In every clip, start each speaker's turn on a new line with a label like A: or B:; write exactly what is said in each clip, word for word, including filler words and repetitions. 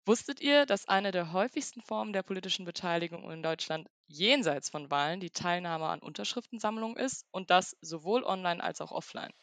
A: Wusstet ihr, dass eine der häufigsten Formen der politischen Beteiligung in Deutschland jenseits von Wahlen die Teilnahme an Unterschriftensammlungen ist und das sowohl online als auch offline?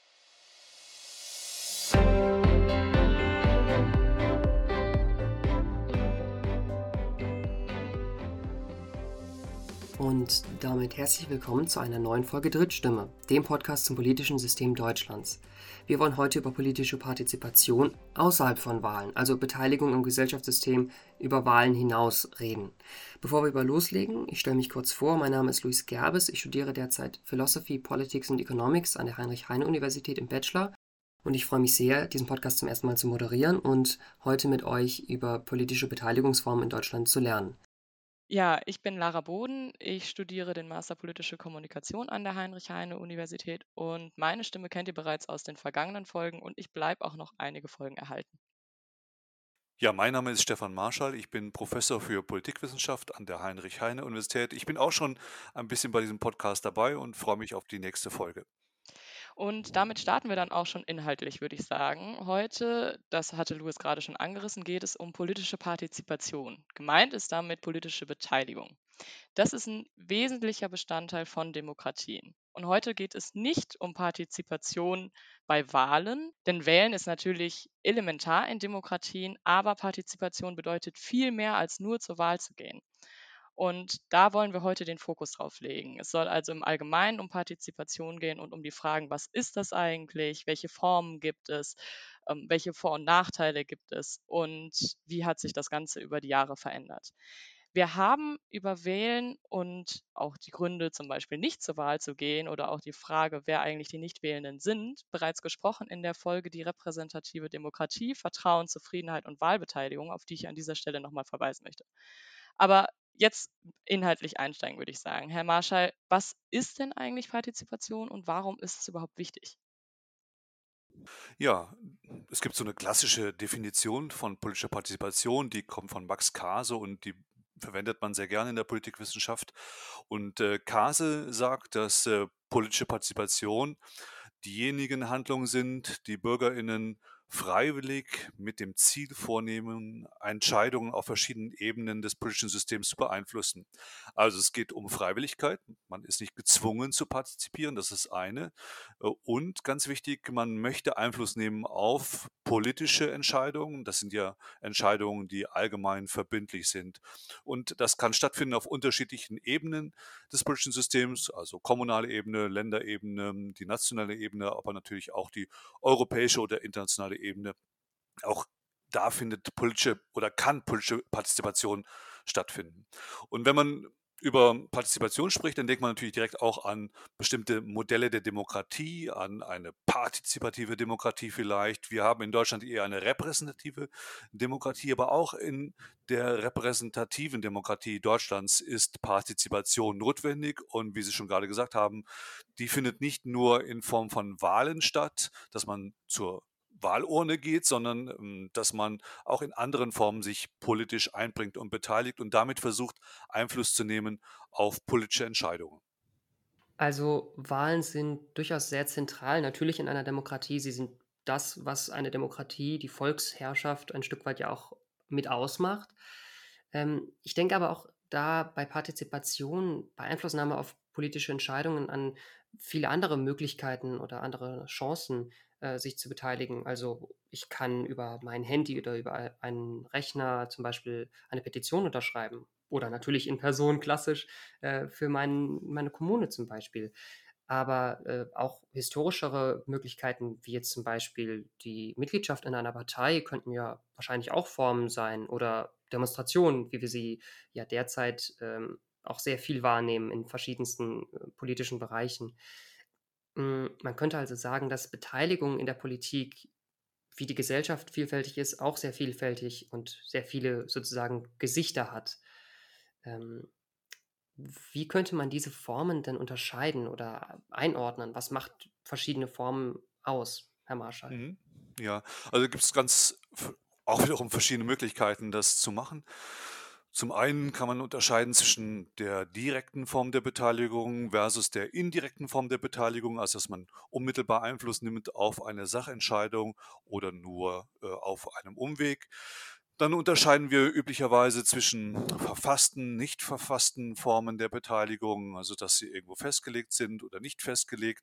B: Und damit herzlich willkommen zu einer neuen Folge Drittstimme, dem Podcast zum politischen System Deutschlands. Wir wollen heute über politische Partizipation außerhalb von Wahlen, also Beteiligung im Gesellschaftssystem über Wahlen hinaus reden. Bevor wir über loslegen, ich stelle mich kurz vor, mein Name ist Luis Gerbes, ich studiere derzeit Philosophy, Politics und Economics an der Heinrich-Heine-Universität im Bachelor und ich freue mich sehr, diesen Podcast zum ersten Mal zu moderieren und heute mit euch über politische Beteiligungsformen in Deutschland zu lernen.
A: Ja, ich bin Lara Boden. Ich studiere den Master Politische Kommunikation an der Heinrich-Heine-Universität und meine Stimme kennt ihr bereits aus den vergangenen Folgen und ich bleibe auch noch einige Folgen erhalten.
C: Ja, mein Name ist Stefan Marschall. Ich bin Professor für Politikwissenschaft an der Heinrich-Heine-Universität. Ich bin auch schon ein bisschen bei diesem Podcast dabei und freue mich auf die nächste Folge.
A: Und damit starten wir dann auch schon inhaltlich, würde ich sagen. Heute, das hatte Louis gerade schon angerissen, geht es um politische Partizipation. Gemeint ist damit politische Beteiligung. Das ist ein wesentlicher Bestandteil von Demokratien. Und heute geht es nicht um Partizipation bei Wahlen, denn Wählen ist natürlich elementar in Demokratien, aber Partizipation bedeutet viel mehr als nur zur Wahl zu gehen. Und da wollen wir heute den Fokus drauf legen. Es soll also im Allgemeinen um Partizipation gehen und um die Fragen, was ist das eigentlich, welche Formen gibt es, ähm, welche Vor- und Nachteile gibt es und wie hat sich das Ganze über die Jahre verändert. Wir haben über Wählen und auch die Gründe, zum Beispiel nicht zur Wahl zu gehen oder auch die Frage, wer eigentlich die Nichtwählenden sind, bereits gesprochen in der Folge Die repräsentative Demokratie, Vertrauen, Zufriedenheit und Wahlbeteiligung, auf die ich an dieser Stelle nochmal verweisen möchte. Aber jetzt inhaltlich einsteigen, würde ich sagen. Herr Marschall, was ist denn eigentlich Partizipation und warum ist es überhaupt wichtig?
C: Ja, es gibt so eine klassische Definition von politischer Partizipation, die kommt von Max Kase und die verwendet man sehr gerne in der Politikwissenschaft. Und äh, Kase sagt, dass äh, politische Partizipation diejenigen Handlungen sind, die BürgerInnen freiwillig mit dem Ziel vornehmen, Entscheidungen auf verschiedenen Ebenen des politischen Systems zu beeinflussen. Also es geht um Freiwilligkeit. Man ist nicht gezwungen zu partizipieren, das ist eine. Äh, Und ganz wichtig, man möchte Einfluss nehmen auf politische Entscheidungen. Das sind ja Entscheidungen, die allgemein verbindlich sind. Und das kann stattfinden auf unterschiedlichen Ebenen des politischen Systems, also kommunale Ebene, Länderebene, die nationale Ebene, aber natürlich auch die europäische oder internationale Ebene. Auch da findet politische oder kann politische Partizipation stattfinden. Und wenn man über Partizipation spricht, dann denkt man natürlich direkt auch an bestimmte Modelle der Demokratie, an eine partizipative Demokratie vielleicht. Wir haben in Deutschland eher eine repräsentative Demokratie, aber auch in der repräsentativen Demokratie Deutschlands ist Partizipation notwendig. Und wie Sie schon gerade gesagt haben, die findet nicht nur in Form von Wahlen statt, dass man zur Wahlurne geht, sondern ähm, dass man auch in anderen Formen sich politisch einbringt und beteiligt und damit versucht, Einfluss zu nehmen auf politische Entscheidungen.
B: Also Wahlen sind durchaus sehr zentral, natürlich in einer Demokratie. Sie sind das, was eine Demokratie, die Volksherrschaft ein Stück weit ja auch mit ausmacht. Ähm, ich denke aber auch da bei Partizipation, bei Einflussnahme auf politische Entscheidungen an viele andere Möglichkeiten oder andere Chancen, äh, sich zu beteiligen. Also ich kann über mein Handy oder über einen Rechner zum Beispiel eine Petition unterschreiben oder natürlich in Person klassisch äh, für mein, meine Kommune zum Beispiel. Aber äh, auch historischere Möglichkeiten, wie jetzt zum Beispiel die Mitgliedschaft in einer Partei, könnten ja wahrscheinlich auch Formen sein oder Demonstrationen, wie wir sie ja derzeit ähm, auch sehr viel wahrnehmen in verschiedensten äh, politischen Bereichen. Mm, Man könnte also sagen, dass Beteiligung in der Politik, wie die Gesellschaft vielfältig ist, auch sehr vielfältig und sehr viele sozusagen Gesichter hat. Ähm, Wie könnte man diese Formen denn unterscheiden oder einordnen? Was macht verschiedene Formen aus, Herr Marschall?
C: Mhm. Ja, also gibt es ganz v- auch wiederum verschiedene Möglichkeiten, das zu machen. Zum einen kann man unterscheiden zwischen der direkten Form der Beteiligung versus der indirekten Form der Beteiligung, also dass man unmittelbar Einfluss nimmt auf eine Sachentscheidung oder nur äh, auf einem Umweg. Dann unterscheiden wir üblicherweise zwischen verfassten, nicht verfassten Formen der Beteiligung, also dass sie irgendwo festgelegt sind oder nicht festgelegt.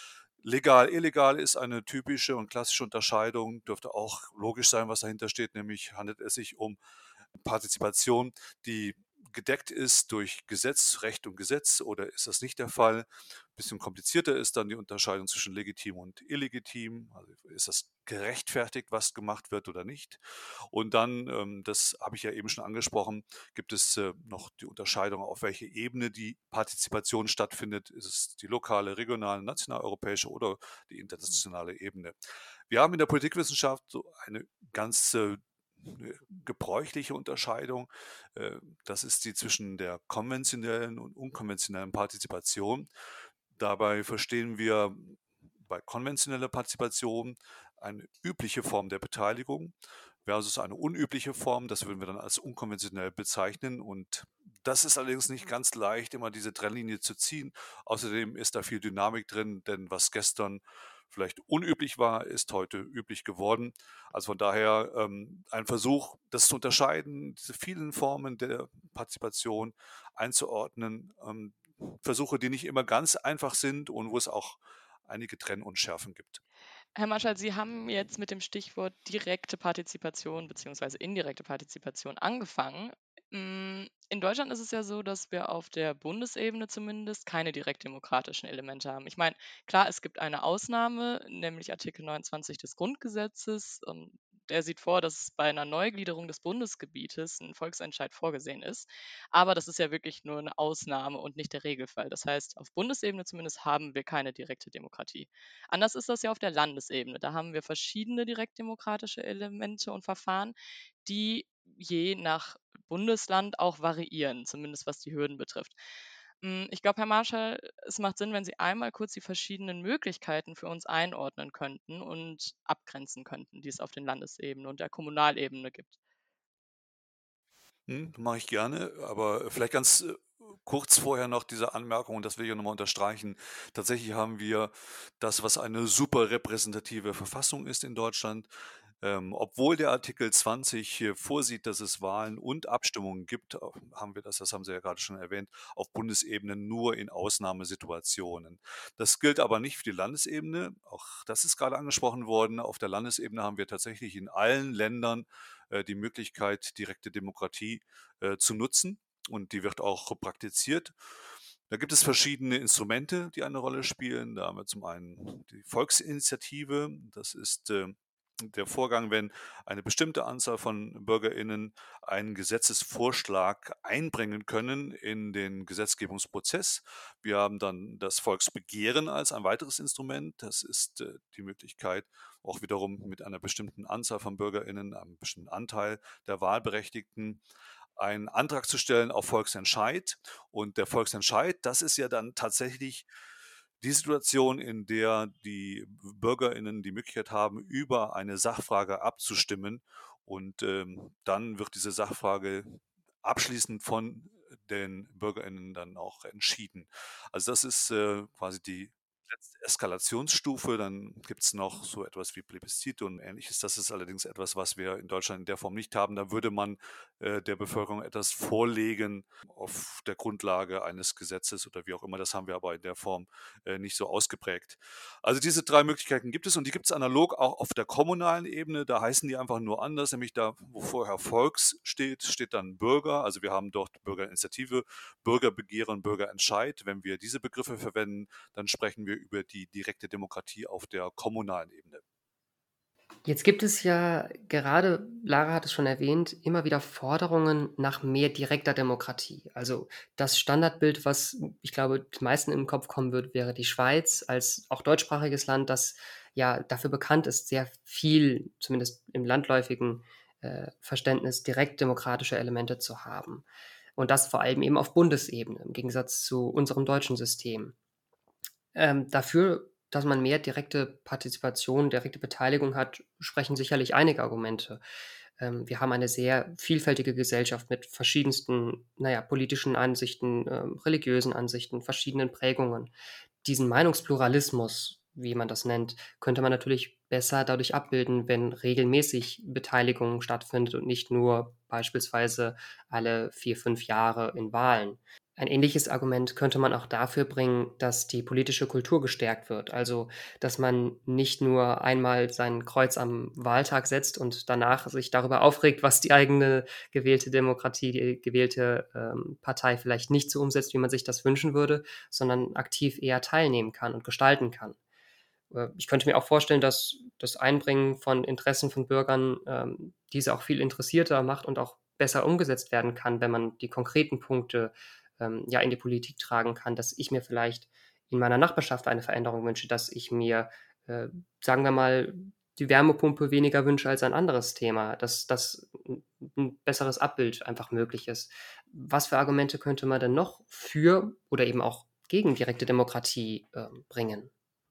C: Legal, illegal ist eine typische und klassische Unterscheidung, dürfte auch logisch sein, was dahinter steht, nämlich handelt es sich um Partizipation, die gedeckt ist durch Gesetz, Recht und Gesetz, oder ist das nicht der Fall? Ein bisschen komplizierter ist dann die Unterscheidung zwischen legitim und illegitim. Also ist das gerechtfertigt, was gemacht wird oder nicht? Und dann, ähm, das habe ich ja eben schon angesprochen, gibt es äh, noch die Unterscheidung, auf welche Ebene die Partizipation stattfindet. Ist es die lokale, regionale, national, europäische oder die internationale Ebene? Wir haben in der Politikwissenschaft so eine ganz äh, gebräuchliche Unterscheidung. Äh, Das ist die zwischen der konventionellen und unkonventionellen Partizipation. Dabei verstehen wir bei konventioneller Partizipation eine übliche Form der Beteiligung versus eine unübliche Form. Das würden wir dann als unkonventionell bezeichnen. Und das ist allerdings nicht ganz leicht, immer diese Trennlinie zu ziehen. Außerdem ist da viel Dynamik drin, denn was gestern vielleicht unüblich war, ist heute üblich geworden. Also von daher ähm, ein Versuch, das zu unterscheiden, diese vielen Formen der Partizipation einzuordnen. Ähm, Versuche, die nicht immer ganz einfach sind und wo es auch einige Trennunschärfen gibt.
A: Herr Marschall, Sie haben jetzt mit dem Stichwort direkte Partizipation beziehungsweise indirekte Partizipation angefangen. Mm, In Deutschland ist es ja so, dass wir auf der Bundesebene zumindest keine direktdemokratischen Elemente haben. Ich meine, klar, es gibt eine Ausnahme, nämlich Artikel neunundzwanzig des Grundgesetzes. Und der sieht vor, dass bei einer Neugliederung des Bundesgebietes ein Volksentscheid vorgesehen ist. Aber das ist ja wirklich nur eine Ausnahme und nicht der Regelfall. Das heißt, auf Bundesebene zumindest haben wir keine direkte Demokratie. Anders ist das ja auf der Landesebene. Da haben wir verschiedene direktdemokratische Elemente und Verfahren, die je nach Bundesland auch variieren, zumindest was die Hürden betrifft. Hm, Ich glaube, Herr Marschall, es macht Sinn, wenn Sie einmal kurz die verschiedenen Möglichkeiten für uns einordnen könnten und abgrenzen könnten, die es auf den Landesebene und der Kommunalebene gibt.
C: Mhm, mache ich gerne, aber vielleicht ganz äh, kurz vorher noch diese Anmerkung, und das will ich auch nochmal unterstreichen. Tatsächlich haben wir das, was eine super repräsentative Verfassung ist in Deutschland. Ähm, obwohl der Artikel zwanzig hier vorsieht, dass es Wahlen und Abstimmungen gibt, äh, haben wir das, das haben Sie ja gerade schon erwähnt, auf Bundesebene nur in Ausnahmesituationen. Das gilt aber nicht für die Landesebene. Auch das ist gerade angesprochen worden. Auf der Landesebene haben wir tatsächlich in allen Ländern äh, die Möglichkeit, direkte Demokratie äh, zu nutzen, und die wird auch praktiziert. Da gibt es verschiedene Instrumente, die eine Rolle spielen. Da haben wir zum einen die Volksinitiative. Das ist äh, der Vorgang, wenn eine bestimmte Anzahl von BürgerInnen einen Gesetzesvorschlag einbringen können in den Gesetzgebungsprozess. Wir haben dann das Volksbegehren als ein weiteres Instrument. Das ist äh, die Möglichkeit, auch wiederum mit einer bestimmten Anzahl von BürgerInnen, einem bestimmten Anteil der Wahlberechtigten, einen Antrag zu stellen auf Volksentscheid. Und der Volksentscheid, das ist ja dann tatsächlich die Situation, in der die BürgerInnen die Möglichkeit haben, über eine Sachfrage abzustimmen, und ähm, dann wird diese Sachfrage abschließend von den BürgerInnen dann auch entschieden. Also das ist äh, quasi die letzte Eskalationsstufe. Dann gibt es noch so etwas wie Plebiszit und Ähnliches. Das ist allerdings etwas, was wir in Deutschland in der Form nicht haben. Da würde man äh, der Bevölkerung etwas vorlegen auf der Grundlage eines Gesetzes oder wie auch immer. Das haben wir aber in der Form äh, nicht so ausgeprägt. Also diese drei Möglichkeiten gibt es, und die gibt es analog auch auf der kommunalen Ebene. Da heißen die einfach nur anders, nämlich da, wo vorher Volks steht, steht dann Bürger. Also wir haben dort Bürgerinitiative, Bürgerbegehren, Bürgerentscheid. Wenn wir diese Begriffe verwenden, dann sprechen wir über die direkte Demokratie auf der kommunalen Ebene.
B: Jetzt gibt es ja gerade, Lara hat es schon erwähnt, immer wieder Forderungen nach mehr direkter Demokratie. Also das Standardbild, was ich glaube, den meisten in den Kopf kommen wird, wäre die Schweiz als auch deutschsprachiges Land, das ja dafür bekannt ist, sehr viel, zumindest im landläufigen äh, Verständnis, direkt demokratische Elemente zu haben. Und das vor allem eben auf Bundesebene, im Gegensatz zu unserem deutschen System. Ähm, dafür, dass man mehr direkte Partizipation, direkte Beteiligung hat, sprechen sicherlich einige Argumente. Ähm, wir haben eine sehr vielfältige Gesellschaft mit verschiedensten, naja, politischen Ansichten, ähm, religiösen Ansichten, verschiedenen Prägungen. Diesen Meinungspluralismus, wie man das nennt, könnte man natürlich besser dadurch abbilden, wenn regelmäßig Beteiligung stattfindet und nicht nur beispielsweise alle vier, fünf Jahre in Wahlen. Ein ähnliches Argument könnte man auch dafür bringen, dass die politische Kultur gestärkt wird. Also, dass man nicht nur einmal sein Kreuz am Wahltag setzt und danach sich darüber aufregt, was die eigene gewählte Demokratie, die gewählte, ähm, Partei vielleicht nicht so umsetzt, wie man sich das wünschen würde, sondern aktiv eher teilnehmen kann und gestalten kann. Äh, ich könnte mir auch vorstellen, dass das Einbringen von Interessen von Bürgern, ähm, diese auch viel interessierter macht und auch besser umgesetzt werden kann, wenn man die konkreten Punkte, ähm, ja, in die Politik tragen kann, dass ich mir vielleicht in meiner Nachbarschaft eine Veränderung wünsche, dass ich mir, äh, sagen wir mal, die Wärmepumpe weniger wünsche als ein anderes Thema, dass dass 'n 'n besseres Abbild einfach möglich ist. Was für Argumente könnte man denn noch für oder eben auch gegen direkte Demokratie, ähm, bringen?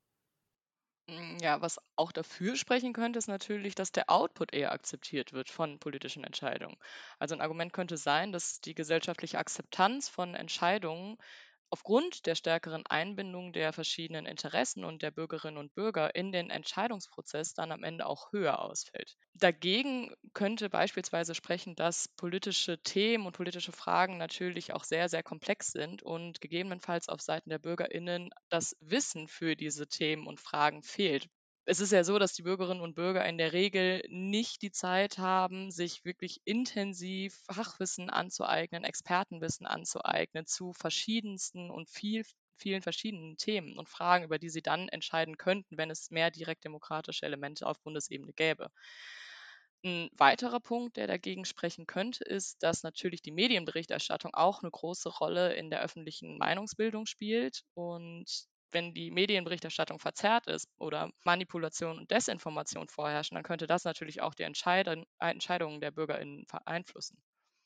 A: Hm, ja, was auch dafür sprechen könnte, ist natürlich, dass der Output eher akzeptiert wird von politischen Entscheidungen. Also ein Argument könnte sein, dass die gesellschaftliche Akzeptanz von Entscheidungen aufgrund der stärkeren Einbindung der verschiedenen Interessen und der Bürgerinnen und Bürger in den Entscheidungsprozess dann am Ende auch höher ausfällt. Dagegen könnte beispielsweise sprechen, dass politische Themen und politische Fragen natürlich auch sehr, sehr komplex sind und gegebenenfalls auf Seiten der Bürgerinnen das Wissen für diese Themen und Fragen fehlt. Es ist ja so, dass die Bürgerinnen und Bürger in der Regel nicht die Zeit haben, sich wirklich intensiv Fachwissen anzueignen, Expertenwissen anzueignen zu verschiedensten und viel, vielen verschiedenen Themen und Fragen, über die sie dann entscheiden könnten, wenn es mehr direktdemokratische Elemente auf Bundesebene gäbe. Ein weiterer Punkt, der dagegen sprechen könnte, ist, dass natürlich die Medienberichterstattung auch eine große Rolle in der öffentlichen Meinungsbildung spielt. Und wenn die Medienberichterstattung verzerrt ist oder Manipulation und Desinformation vorherrschen, dann könnte das natürlich auch die Entscheiden Entscheidungen der BürgerInnen beeinflussen.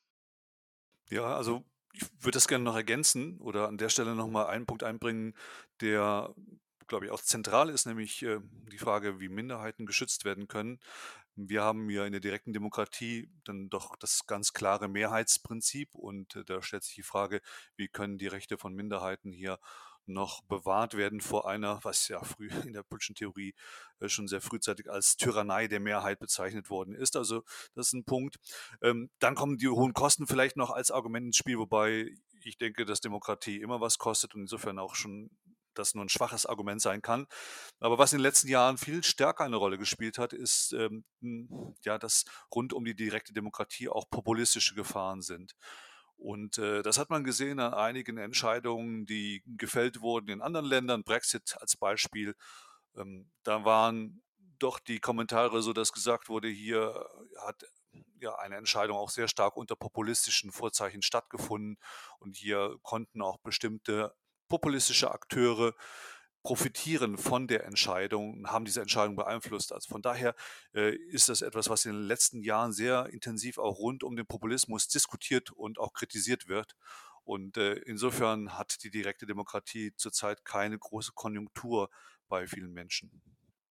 C: Ja, also ich würde das gerne noch ergänzen oder an der Stelle noch mal einen Punkt einbringen, der, glaube ich, auch zentral ist, nämlich, äh, die Frage, wie Minderheiten geschützt werden können. Wir haben ja in der direkten Demokratie dann doch das ganz klare Mehrheitsprinzip und, äh, da stellt sich die Frage, wie können die Rechte von Minderheiten hier noch bewahrt werden vor einer, was ja früh in der politischen Theorie, äh, schon sehr frühzeitig als Tyrannei der Mehrheit bezeichnet worden ist. Also, das ist ein Punkt. Ähm, dann kommen die hohen Kosten vielleicht noch als Argument ins Spiel, wobei ich denke, dass Demokratie immer was kostet und insofern auch schon das nur ein schwaches Argument sein kann. Aber was in den letzten Jahren viel stärker eine Rolle gespielt hat, ist, ähm, hm, ja, dass rund um die direkte Demokratie auch populistische Gefahren sind. Und, äh, das hat man gesehen an einigen Entscheidungen, die gefällt wurden in anderen Ländern. Brexit als Beispiel. Ähm, da waren doch die Kommentare so, dass gesagt wurde, hier hat ja eine Entscheidung auch sehr stark unter populistischen Vorzeichen stattgefunden und hier konnten auch bestimmte populistische Akteure profitieren von der Entscheidung und haben diese Entscheidung beeinflusst. Also von daher äh, ist das etwas, was in den letzten Jahren sehr intensiv auch rund um den Populismus diskutiert und auch kritisiert wird. Und äh, insofern hat die direkte Demokratie zurzeit keine große Konjunktur bei vielen Menschen.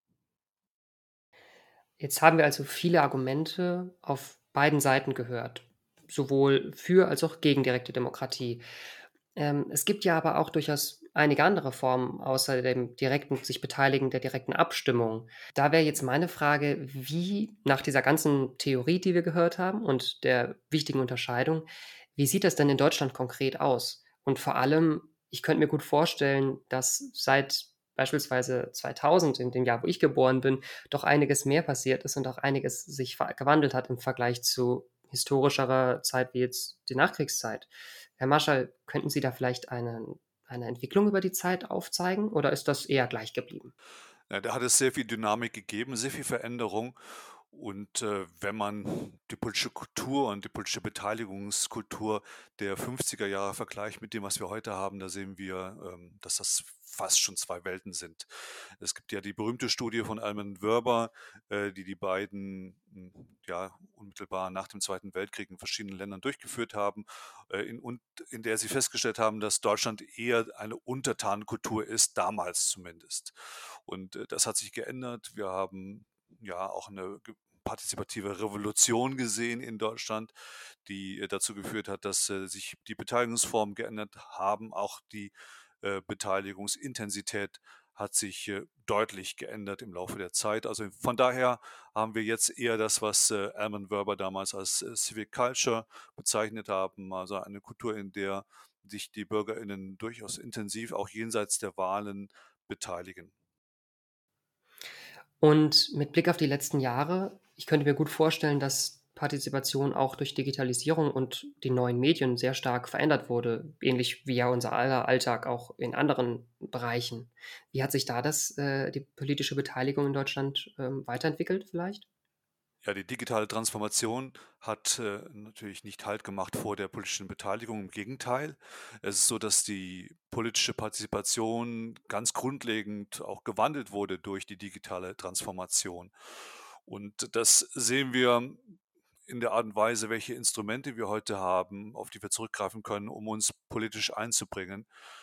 B: Jetzt haben wir also viele Argumente auf beiden Seiten gehört, sowohl für als auch gegen direkte Demokratie. Ähm, es gibt ja aber auch durchaus einige andere Formen außer dem direkten sich beteiligen der direkten Abstimmung. Da wäre jetzt meine Frage, wie nach dieser ganzen Theorie, die wir gehört haben und der wichtigen Unterscheidung, wie sieht das denn in Deutschland konkret aus? Und vor allem, ich könnte mir gut vorstellen, dass seit beispielsweise zweitausend, in dem Jahr, wo ich geboren bin, doch einiges mehr passiert ist und auch einiges sich ver gewandelt hat im Vergleich zu historischerer Zeit wie jetzt die Nachkriegszeit. Herr Marschall, könnten Sie da vielleicht eine eine Entwicklung über die Zeit aufzeigen oder ist das eher gleich geblieben?
C: Ja, da hat es sehr viel Dynamik gegeben, sehr viel Veränderung. Und äh, wenn man die politische Kultur und die politische Beteiligungskultur der fünfziger Jahre vergleicht mit dem, was wir heute haben, da sehen wir, ähm, dass das fast schon zwei Welten sind. Es gibt ja die berühmte Studie von Alman Wörber, äh, die die beiden mh, ja, unmittelbar nach dem Zweiten Weltkrieg in verschiedenen Ländern durchgeführt haben, äh, in, und in der sie festgestellt haben, dass Deutschland eher eine Untertanenkultur ist, damals zumindest. Und äh, das hat sich geändert. Wir haben ja auch eine ge- partizipative Revolution gesehen in Deutschland, die äh, dazu geführt hat, dass äh, sich die Beteiligungsformen geändert haben, auch die äh, Beteiligungsintensität hat sich äh, deutlich geändert im Laufe der Zeit. Also von daher haben wir jetzt eher das, was äh, Alman Wöber damals als äh, Civic Culture bezeichnet haben, also eine Kultur, in der sich die BürgerInnen durchaus intensiv auch jenseits der Wahlen beteiligen.
B: Und mit Blick auf die letzten Jahre, ich könnte mir gut vorstellen, dass Partizipation auch durch Digitalisierung und die neuen Medien sehr stark verändert wurde, ähnlich wie ja unser aller Alltag auch in anderen Bereichen. Wie hat sich da das, äh, die politische Beteiligung in Deutschland ähm, weiterentwickelt vielleicht?
C: Ja, die digitale Transformation hat äh, natürlich nicht Halt gemacht vor der politischen Beteiligung. Im Gegenteil. Es ist so, dass die politische Partizipation ganz grundlegend auch gewandelt wurde durch die digitale Transformation. Und das sehen wir in der Art und Weise, welche Instrumente wir heute haben, auf die wir zurückgreifen können, um uns politisch einzubringen.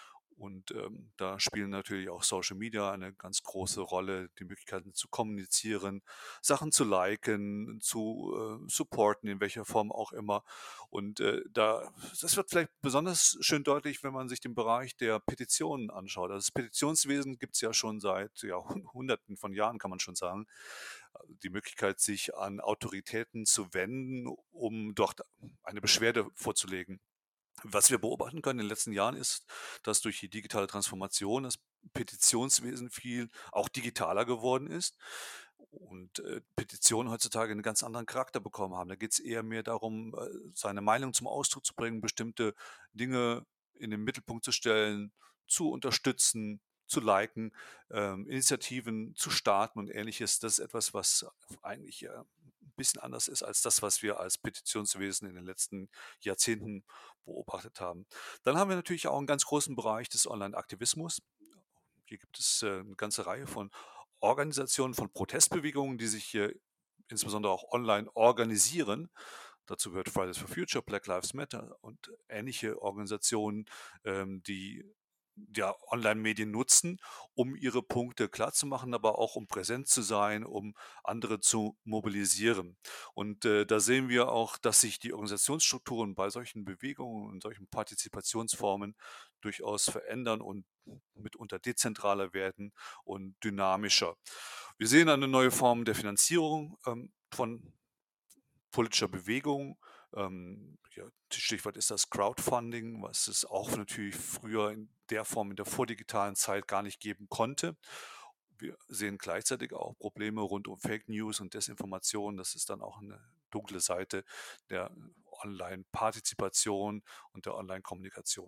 C: Und ähm, da spielen natürlich auch Social Media eine ganz große Rolle, die Möglichkeiten zu kommunizieren, Sachen zu liken, zu äh, supporten, in welcher Form auch immer. Und äh, da, das wird vielleicht besonders schön deutlich, wenn man sich den Bereich der Petitionen anschaut. Also das Petitionswesen gibt es ja schon seit ja, Hunderten von Jahren, kann man schon sagen. Die Möglichkeit, sich an Autoritäten zu wenden, um dort eine Beschwerde vorzulegen. Was wir beobachten können in den letzten Jahren ist, dass durch die digitale Transformation das Petitionswesen viel auch digitaler geworden ist und äh, Petitionen heutzutage einen ganz anderen Charakter bekommen haben. Da geht es eher mehr darum, äh, seine Meinung zum Ausdruck zu bringen, bestimmte Dinge in den Mittelpunkt zu stellen, zu unterstützen, zu liken, ähm, Initiativen zu starten und ähnliches. Das ist etwas, was eigentlich äh, ein bisschen anders ist als das, was wir als Petitionswesen in den letzten Jahrzehnten beobachtet haben. Dann haben wir natürlich auch einen ganz großen Bereich des Online-Aktivismus. Hier gibt es äh, eine ganze Reihe von Organisationen, von Protestbewegungen, die sich hier insbesondere auch online organisieren. Dazu gehört Fridays for Future, Black Lives Matter und ähnliche Organisationen, ähm, die ja, Online-Medien nutzen, um ihre Punkte klarzumachen, aber auch um präsent zu sein, um andere zu mobilisieren. Und äh, da sehen wir auch, dass sich die Organisationsstrukturen bei solchen Bewegungen und solchen Partizipationsformen durchaus verändern und mitunter dezentraler werden und dynamischer. Wir sehen eine neue Form der Finanzierung ähm, von politischer Bewegung. Ähm, ja, Stichwort ist das Crowdfunding, was es auch natürlich früher in der Form in der vordigitalen Zeit gar nicht geben konnte. Wir sehen gleichzeitig auch Probleme rund um Fake News und Desinformation. Das ist dann auch eine dunkle Seite der Online-Partizipation und der Online-Kommunikation.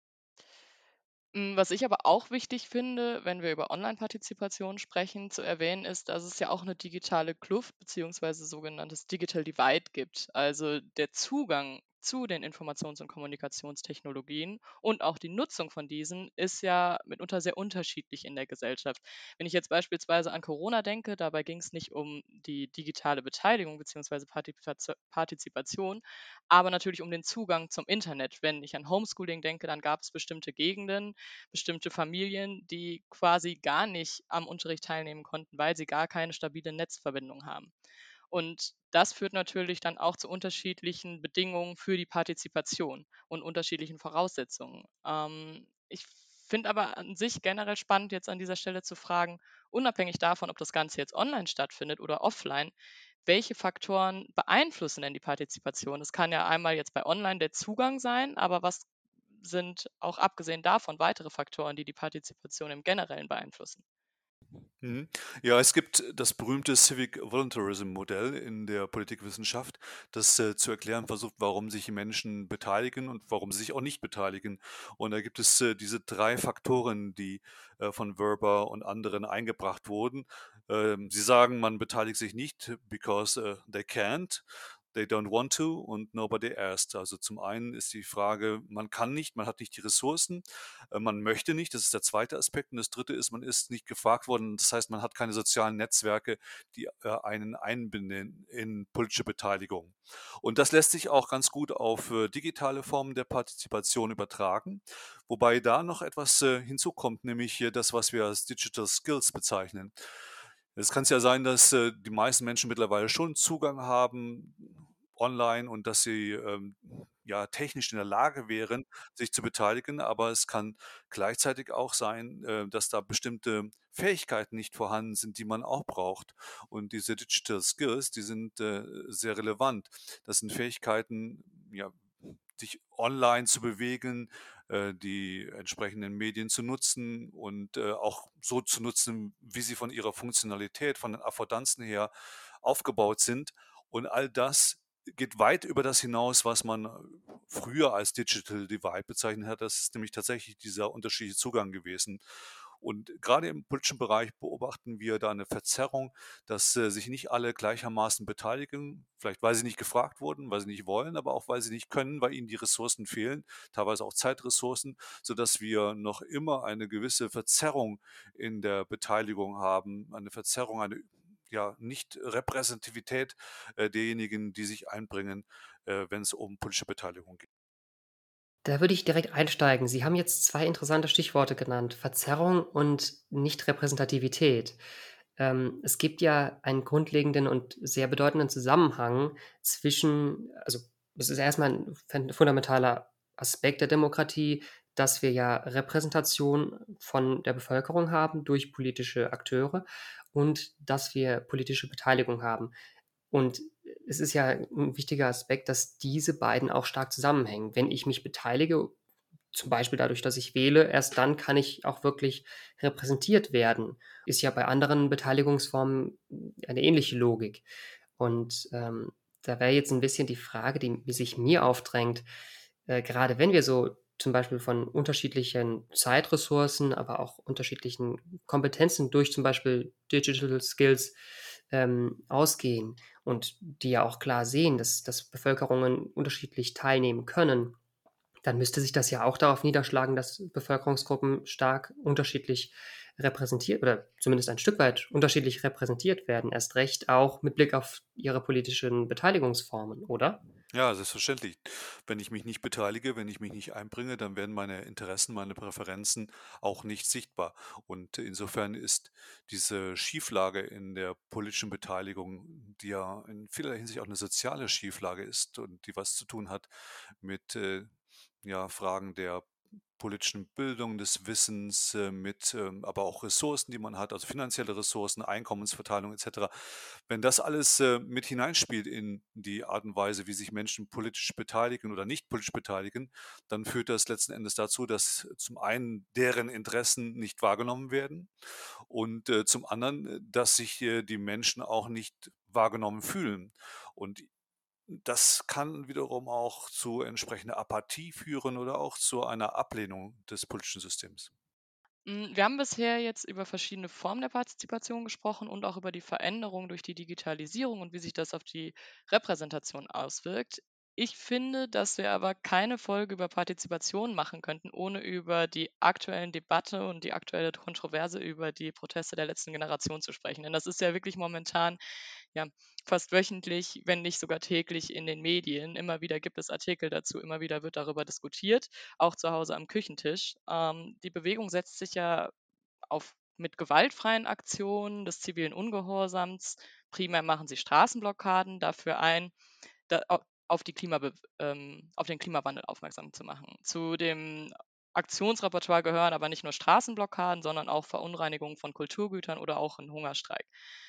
A: Hm, was ich aber auch wichtig finde, wenn wir über Online-Partizipation sprechen, zu erwähnen ist, dass es ja auch eine digitale Kluft beziehungsweise sogenanntes Digital Divide gibt. Also, der Zugang zu den Informations und Kommunikationstechnologien und auch die Nutzung von diesen ist ja mitunter sehr unterschiedlich in der Gesellschaft. Wenn ich jetzt beispielsweise an Corona denke, dabei ging es nicht um die digitale Beteiligung beziehungsweise Partizipatio Partizipation, aber natürlich um den Zugang zum Internet. Wenn ich an Homeschooling denke, dann gab es bestimmte Gegenden, bestimmte Familien, die quasi gar nicht am Unterricht teilnehmen konnten, weil sie gar keine stabile Netzverbindung haben. Und das führt natürlich dann auch zu unterschiedlichen Bedingungen für die Partizipation und unterschiedlichen Voraussetzungen. Ähm, ich finde aber an sich generell spannend, jetzt an dieser Stelle zu fragen, unabhängig davon, ob das Ganze jetzt online stattfindet oder offline, welche Faktoren beeinflussen denn die Partizipation? Es kann ja einmal jetzt bei online der Zugang sein, aber was sind auch abgesehen davon weitere Faktoren, die die Partizipation im Generellen beeinflussen?
C: Mhm. Ja, es gibt das berühmte Civic Voluntarism Modell in der Politikwissenschaft, das äh, zu erklären versucht, warum sich Menschen beteiligen und warum sie sich auch nicht beteiligen. Und da gibt es äh, diese drei Faktoren, die äh, von Werber und anderen eingebracht wurden. Ähm, sie sagen, man beteiligt sich nicht because äh, they can't. They don't want to und nobody asked. Also zum einen ist die Frage, man kann nicht, man hat nicht die Ressourcen, äh, man möchte nicht, das ist der zweite Aspekt. Und das dritte ist, man ist nicht gefragt worden. Das heißt, man hat keine sozialen Netzwerke, die äh, einen einbinden in politische Beteiligung. Und das lässt sich auch ganz gut auf äh, digitale Formen der Partizipation übertragen, wobei da noch etwas äh, hinzukommt, nämlich äh, das, was wir als Digital Skills bezeichnen. Es kann ja sein, dass äh, die meisten Menschen mittlerweile schon Zugang haben online und dass sie ähm, ja, technisch in der Lage wären, sich zu beteiligen, aber es kann gleichzeitig auch sein, äh, dass da bestimmte Fähigkeiten nicht vorhanden sind, die man auch braucht. Und diese Digital Skills, die sind äh, sehr relevant. Das sind Fähigkeiten, ja, sich online zu bewegen, äh, die entsprechenden Medien zu nutzen und äh, auch so zu nutzen, wie sie von ihrer Funktionalität, von den Affordanzen her aufgebaut sind. Und all das geht weit über das hinaus, was man äh, früher als Digital Divide bezeichnet hat. Das ist nämlich tatsächlich dieser unterschiedliche Zugang gewesen. Und gerade im politischen Bereich beobachten wir da eine Verzerrung, dass äh, sich nicht alle gleichermaßen beteiligen, vielleicht weil sie nicht gefragt wurden, weil sie nicht wollen, aber auch weil sie nicht können, weil ihnen die Ressourcen fehlen, teilweise auch Zeitressourcen, sodass wir noch immer eine gewisse Verzerrung in der Beteiligung haben, eine Verzerrung, eine ja, Nicht-Repräsentativität äh, derjenigen, die sich einbringen, äh, wenn es um politische Beteiligung geht.
B: Da würde ich direkt einsteigen. Sie haben jetzt zwei interessante Stichworte genannt: Verzerrung und Nichtrepräsentativität. Ähm, es gibt ja einen grundlegenden und sehr bedeutenden Zusammenhang zwischen also, es ist erstmal ein fen fundamentaler Aspekt der Demokratie, dass wir ja Repräsentation von der Bevölkerung haben durch politische Akteure und dass wir politische Beteiligung haben. Und es ist ja ein wichtiger Aspekt, dass diese beiden auch stark zusammenhängen. Wenn ich mich beteilige, zum Beispiel dadurch, dass ich wähle, erst dann kann ich auch wirklich repräsentiert werden. Ist ja bei anderen Beteiligungsformen eine ähnliche Logik. Und, ähm, da wäre jetzt ein bisschen die Frage, die sich mir aufdrängt, äh, grade wenn wir so zum Beispiel von unterschiedlichen Zeitressourcen, aber auch unterschiedlichen Kompetenzen durch zum Beispiel Digital Skills, ähm, ausgehen und die ja auch klar sehen, dass dass Bevölkerungen unterschiedlich teilnehmen können, dann müsste sich das ja auch darauf niederschlagen, dass Bevölkerungsgruppen stark unterschiedlich repräsentiert oder zumindest ein Stück weit unterschiedlich repräsentiert werden, erst recht auch mit Blick auf ihre politischen Beteiligungsformen, oder?
C: Ja, selbstverständlich. Wenn ich mich nicht beteilige, wenn ich mich nicht einbringe, dann werden meine Interessen, meine Präferenzen auch nicht sichtbar. Und insofern ist diese Schieflage in der politischen Beteiligung, die ja in vieler Hinsicht auch eine soziale Schieflage ist und die was zu tun hat mit äh, ja, Fragen der politischen Bildung, des Wissens, äh, mit ähm, aber auch Ressourcen, die man hat, also finanzielle Ressourcen, Einkommensverteilung et cetera. Wenn das alles äh, mit hineinspielt in die Art und Weise, wie sich Menschen politisch beteiligen oder nicht politisch beteiligen, dann führt das letzten Endes dazu, dass zum einen deren Interessen nicht wahrgenommen werden und äh, zum anderen, äh, dass sich äh, die Menschen auch nicht wahrgenommen fühlen. Und das kann wiederum auch zu entsprechender Apathie führen oder auch zu einer Ablehnung des politischen Systems.
A: Hm, wir haben bisher jetzt über verschiedene Formen der Partizipation gesprochen und auch über die Veränderung durch die Digitalisierung und wie sich das auf die Repräsentation auswirkt. Ich finde, dass wir aber keine Folge über Partizipation machen könnten, ohne über die aktuellen Debatte und die aktuelle Kontroverse über die Proteste der letzten Generation zu sprechen. Denn das ist ja wirklich momentan ja, fast wöchentlich, wenn nicht sogar täglich in den Medien. Immer wieder gibt es Artikel dazu, immer wieder wird darüber diskutiert, auch zu Hause am Küchentisch. Ähm, die Bewegung setzt sich ja auf mit gewaltfreien Aktionen des zivilen Ungehorsams. Primär machen sie Straßenblockaden dafür ein, da, au- auf, die Klimabe ähm, auf den Klimawandel aufmerksam zu machen. Zu dem Aktionsrepertoire gehören aber nicht nur Straßenblockaden, sondern auch Verunreinigungen von Kulturgütern oder auch ein Hungerstreik.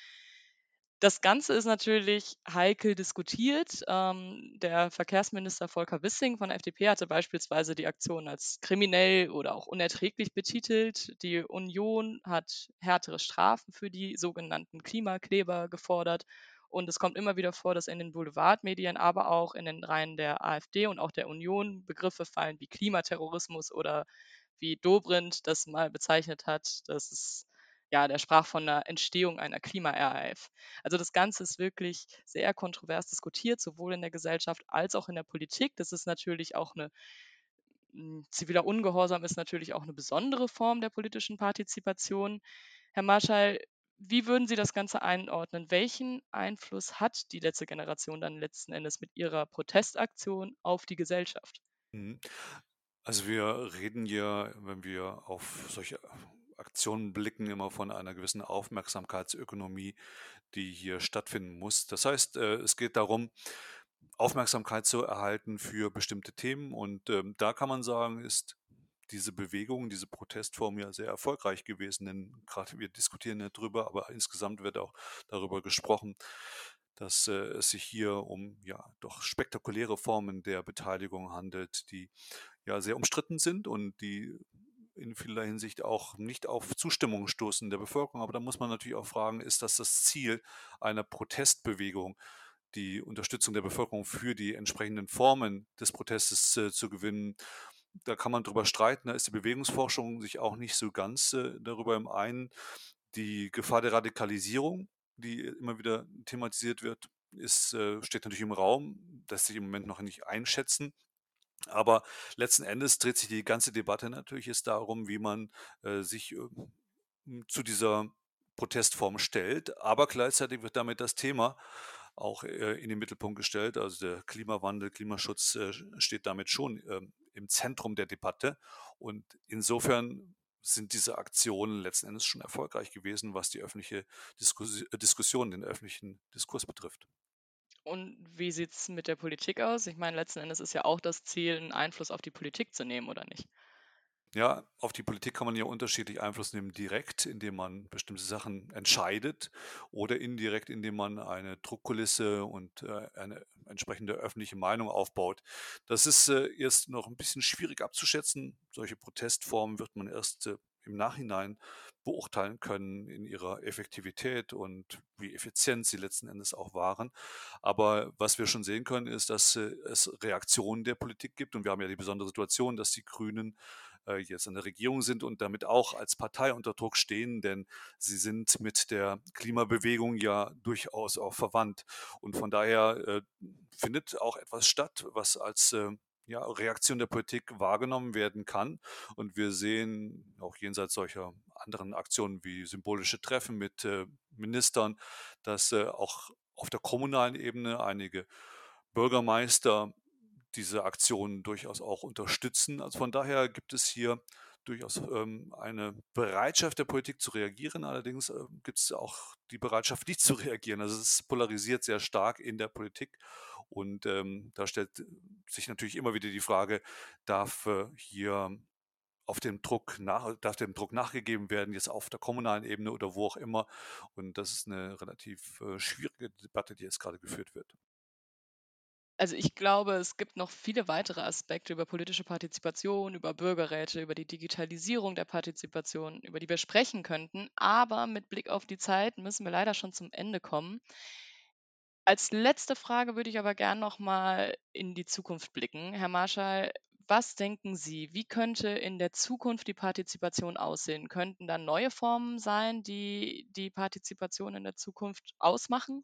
A: Das Ganze ist natürlich heikel diskutiert. Ähm, der Verkehrsminister Volker Wissing von der F D P hatte beispielsweise die Aktion als kriminell oder auch unerträglich betitelt. Die Union hat härtere Strafen für die sogenannten Klimakleber gefordert. Und es kommt immer wieder vor, dass in den Boulevardmedien, aber auch in den Reihen der AfD und auch der Union Begriffe fallen wie Klimaterrorismus oder wie Dobrindt das mal bezeichnet hat, dass es ja, der sprach von einer Entstehung einer Klima-R A F. Also das Ganze ist wirklich sehr kontrovers diskutiert, sowohl in der Gesellschaft als auch in der Politik. Das ist natürlich auch eine hm, ziviler Ungehorsam ist natürlich auch eine besondere Form der politischen Partizipation. Herr Marschall, wie würden Sie das Ganze einordnen? Welchen Einfluss hat die letzte Generation dann letzten Endes mit ihrer Protestaktion auf die Gesellschaft?
C: Mhm. Also wir reden ja, wenn wir auf solche Aktionen blicken, immer von einer gewissen Aufmerksamkeitsökonomie, die hier stattfinden muss. Das heißt, äh, es geht darum, Aufmerksamkeit zu erhalten für bestimmte Themen. Und ähm, da kann man sagen, ist diese Bewegung, diese Protestform ja sehr erfolgreich gewesen, denn gerade wir diskutieren ja drüber, aber insgesamt wird auch darüber gesprochen, dass äh, es sich hier um ja doch spektakuläre Formen der Beteiligung handelt, die ja sehr umstritten sind und die in vieler Hinsicht auch nicht auf Zustimmung stoßen der Bevölkerung. Aber da muss man natürlich auch fragen, ist das das Ziel einer Protestbewegung, die Unterstützung der Bevölkerung für die entsprechenden Formen des Protestes äh, zu gewinnen? Da kann man drüber streiten, da ist die Bewegungsforschung sich auch nicht so ganz äh, darüber im einen. Die Gefahr der Radikalisierung, die immer wieder thematisiert wird, ist, äh, steht natürlich im Raum, lässt sich im Moment noch nicht einschätzen. Aber letzten Endes dreht sich die ganze Debatte natürlich jetzt darum, wie man äh, sich äh, m, zu dieser Protestform stellt. Aber gleichzeitig wird damit das Thema auch äh, in den Mittelpunkt gestellt. Also der Klimawandel, Klimaschutz äh, steht damit schon ähm, im Zentrum der Debatte. Und insofern sind diese Aktionen letzten Endes schon erfolgreich gewesen, was die öffentliche Diskus äh, Diskussion, den öffentlichen Diskurs betrifft.
A: Und wie sieht es mit der Politik aus? Ich meine, letzten Endes ist ja auch das Ziel, einen Einfluss auf die Politik zu nehmen, oder nicht?
C: Ja, auf die Politik kann man ja unterschiedlich Einfluss nehmen, direkt, indem man bestimmte Sachen entscheidet oder indirekt, indem man eine Druckkulisse und äh, eine entsprechende öffentliche Meinung aufbaut. Das ist äh, erst noch ein bisschen schwierig abzuschätzen. Solche Protestformen wird man erst äh, im Nachhinein beurteilen können in ihrer Effektivität und wie effizient sie letzten Endes auch waren. Aber was wir schon sehen können, ist, dass äh, es Reaktionen der Politik gibt. Und wir haben ja die besondere Situation, dass die Grünen äh, jetzt in der Regierung sind und damit auch als Partei unter Druck stehen, denn sie sind mit der Klimabewegung ja durchaus auch verwandt. Und von daher äh, findet auch etwas statt, was als äh, ja, Reaktion der Politik wahrgenommen werden kann. Und wir sehen auch jenseits solcher anderen Aktionen wie symbolische Treffen mit äh, Ministern, dass äh, auch auf der kommunalen Ebene einige Bürgermeister diese Aktionen durchaus auch unterstützen. Also von daher gibt es hier durchaus ähm, eine Bereitschaft der Politik zu reagieren. Allerdings äh, gibt es auch die Bereitschaft, nicht zu reagieren. Also es polarisiert sehr stark in der Politik. Und ähm, da stellt sich natürlich immer wieder die Frage, darf äh, hier auf dem Druck nach, darf dem Druck nachgegeben werden, jetzt auf der kommunalen Ebene oder wo auch immer. Und das ist eine relativ äh, schwierige Debatte, die jetzt gerade geführt wird.
A: Also ich glaube, es gibt noch viele weitere Aspekte über politische Partizipation, über Bürgerräte, über die Digitalisierung der Partizipation, über die wir sprechen könnten. Aber mit Blick auf die Zeit müssen wir leider schon zum Ende kommen. Als letzte Frage würde ich aber gern noch mal in die Zukunft blicken. Herr Marschall, was denken Sie, wie könnte in der Zukunft die Partizipation aussehen? Könnten da neue Formen sein, die die Partizipation in der Zukunft ausmachen?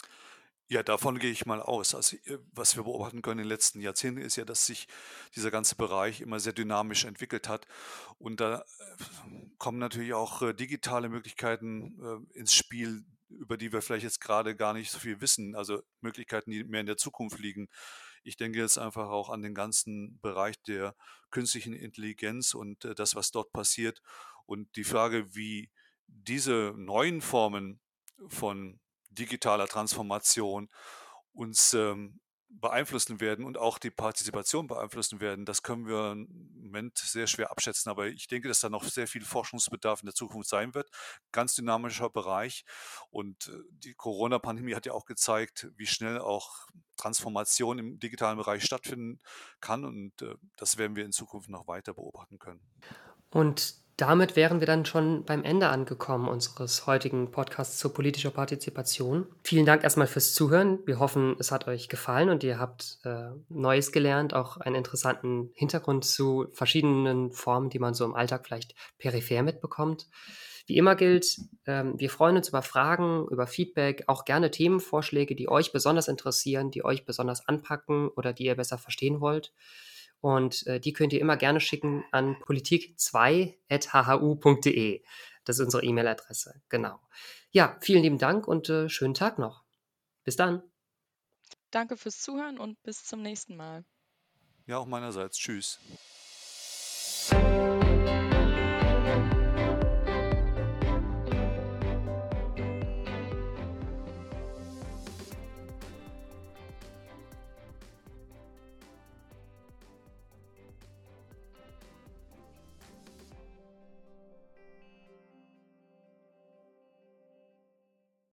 C: Ja, davon gehe ich mal aus. Also, äh, was wir beobachten können in den letzten Jahrzehnten, ist ja, dass sich dieser ganze Bereich immer sehr dynamisch entwickelt hat. Und da äh, kommen natürlich auch äh, digitale Möglichkeiten äh, ins Spiel, über die wir vielleicht jetzt gerade gar nicht so viel wissen. Also Möglichkeiten, die mehr in der Zukunft liegen. Ich denke jetzt einfach auch an den ganzen Bereich der künstlichen Intelligenz und äh, das, was dort passiert. Und die Frage, wie diese neuen Formen von digitaler Transformation uns ähm, beeinflussen werden und auch die Partizipation beeinflussen werden, das können wir im Moment sehr schwer abschätzen. Aber ich denke, dass da noch sehr viel Forschungsbedarf in der Zukunft sein wird. Ganz dynamischer Bereich. Und äh, die Corona-Pandemie hat ja auch gezeigt, wie schnell auch Transformation im digitalen Bereich stattfinden kann. Und äh, das werden wir in Zukunft noch weiter beobachten können.
B: Und damit wären wir dann schon beim Ende angekommen unseres heutigen Podcasts zur politischer Partizipation. Vielen Dank erstmal fürs Zuhören. Wir hoffen, es hat euch gefallen und ihr habt äh, Neues gelernt, auch einen interessanten Hintergrund zu verschiedenen Formen, die man so im Alltag vielleicht peripher mitbekommt. Wie immer gilt, ähm, wir freuen uns über Fragen, über Feedback, auch gerne Themenvorschläge, die euch besonders interessieren, die euch besonders anpacken oder die ihr besser verstehen wollt. Und äh, die könnt ihr immer gerne schicken an politik zwei at h h u punkt d e. Das ist unsere E-Mail-Adresse. Genau. Ja, vielen lieben Dank und äh, schönen Tag noch. Bis dann.
A: Danke fürs Zuhören und bis zum nächsten Mal.
C: Ja, auch meinerseits. Tschüss.